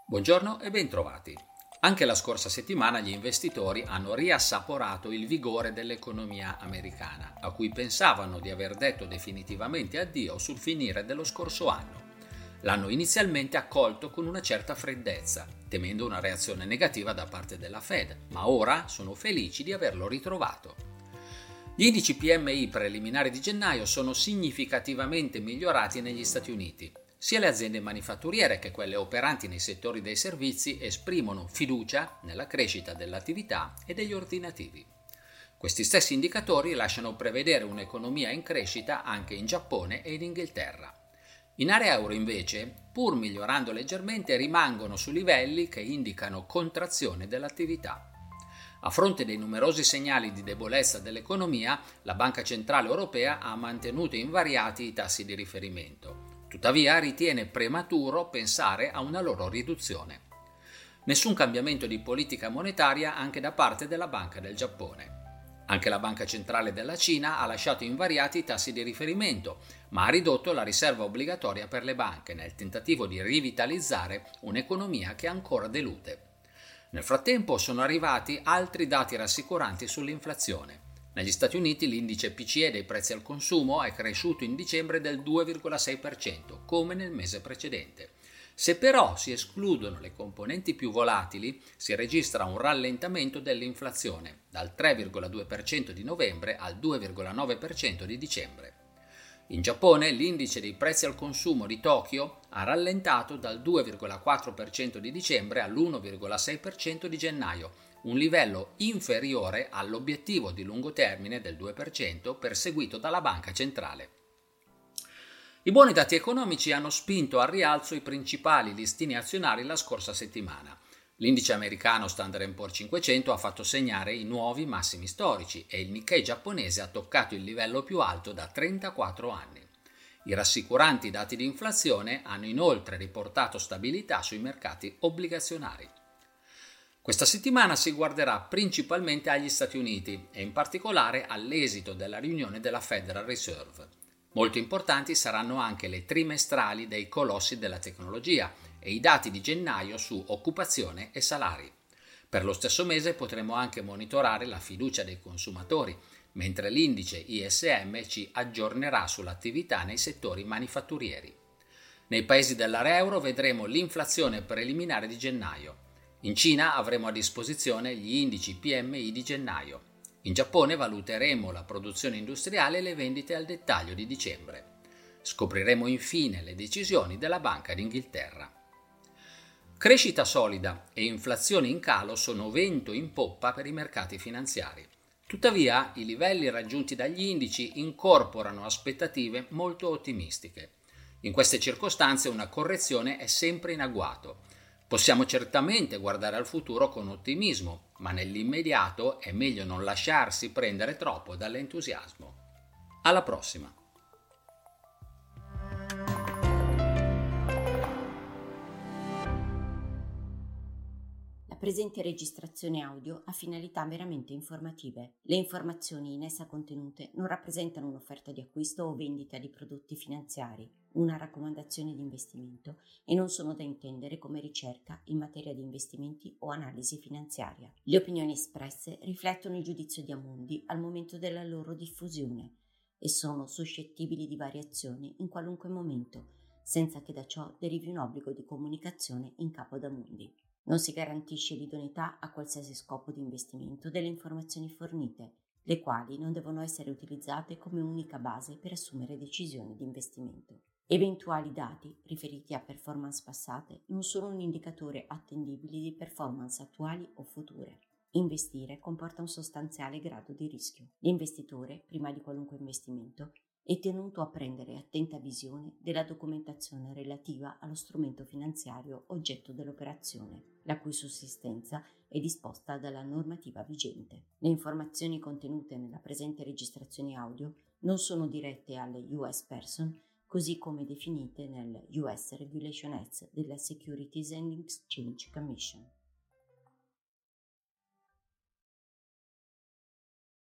Buongiorno e bentrovati. Anche la scorsa settimana gli investitori hanno riassaporato il vigore dell'economia americana, a cui pensavano di aver detto definitivamente addio sul finire dello scorso anno. L'hanno inizialmente accolto con una certa freddezza, temendo una reazione negativa da parte della Fed, ma ora sono felici di averlo ritrovato. Gli indici PMI preliminari di gennaio sono significativamente migliorati negli Stati Uniti. Sia le aziende manifatturiere che quelle operanti nei settori dei servizi esprimono fiducia nella crescita dell'attività e degli ordinativi. Questi stessi indicatori lasciano prevedere un'economia in crescita anche in Giappone e in Inghilterra. In area euro invece, pur migliorando leggermente, rimangono su livelli che indicano contrazione dell'attività. A fronte dei numerosi segnali di debolezza dell'economia, la Banca Centrale Europea ha mantenuto invariati i tassi di riferimento. Tuttavia ritiene prematuro pensare a una loro riduzione. Nessun cambiamento di politica monetaria anche da parte della Banca del Giappone. Anche la Banca Centrale della Cina ha lasciato invariati i tassi di riferimento, ma ha ridotto la riserva obbligatoria per le banche nel tentativo di rivitalizzare un'economia che ancora delude. Nel frattempo sono arrivati altri dati rassicuranti sull'inflazione. Negli Stati Uniti l'indice PCE dei prezzi al consumo è cresciuto in dicembre del 2,6%, come nel mese precedente. Se però si escludono le componenti più volatili, si registra un rallentamento dell'inflazione, dal 3,2% di novembre al 2,9% di dicembre. In Giappone l'indice dei prezzi al consumo di Tokyo ha rallentato dal 2,4% di dicembre all'1,6% di gennaio, un livello inferiore all'obiettivo di lungo termine del 2% perseguito dalla Banca Centrale. I buoni dati economici hanno spinto al rialzo i principali listini azionari la scorsa settimana. L'indice americano Standard & Poor's 500 ha fatto segnare i nuovi massimi storici e il Nikkei giapponese ha toccato il livello più alto da 34 anni. I rassicuranti dati di inflazione hanno inoltre riportato stabilità sui mercati obbligazionari. Questa settimana si guarderà principalmente agli Stati Uniti e in particolare all'esito della riunione della Federal Reserve. Molto importanti saranno anche le trimestrali dei colossi della tecnologia e i dati di gennaio su occupazione e salari. Per lo stesso mese potremo anche monitorare la fiducia dei consumatori, mentre l'indice ISM ci aggiornerà sull'attività nei settori manifatturieri. Nei paesi dell'area euro vedremo l'inflazione preliminare di gennaio. In Cina avremo a disposizione gli indici PMI di gennaio. In Giappone valuteremo la produzione industriale e le vendite al dettaglio di dicembre. Scopriremo infine le decisioni della Banca d'Inghilterra. Crescita solida e inflazione in calo sono vento in poppa per i mercati finanziari. Tuttavia, i livelli raggiunti dagli indici incorporano aspettative molto ottimistiche. In queste circostanze una correzione è sempre in agguato. Possiamo certamente guardare al futuro con ottimismo, ma nell'immediato è meglio non lasciarsi prendere troppo dall'entusiasmo. Alla prossima! La presente registrazione audio ha finalità meramente informative. Le informazioni in essa contenute non rappresentano un'offerta di acquisto o vendita di prodotti finanziari, una raccomandazione di investimento e non sono da intendere come ricerca in materia di investimenti o analisi finanziaria. Le opinioni espresse riflettono il giudizio di Amundi al momento della loro diffusione e sono suscettibili di variazioni in qualunque momento, senza che da ciò derivi un obbligo di comunicazione in capo ad Amundi. Non si garantisce l'idoneità a qualsiasi scopo di investimento delle informazioni fornite, le quali non devono essere utilizzate come unica base per assumere decisioni di investimento. Eventuali dati riferiti a performance passate non sono un indicatore attendibile di performance attuali o future. Investire comporta un sostanziale grado di rischio. L'investitore, prima di qualunque investimento, è tenuto a prendere attenta visione della documentazione relativa allo strumento finanziario oggetto dell'operazione, la cui sussistenza è disposta dalla normativa vigente. Le informazioni contenute nella presente registrazione audio non sono dirette alle US Person, così come definite nel US Regulation Act della Securities and Exchange Commission.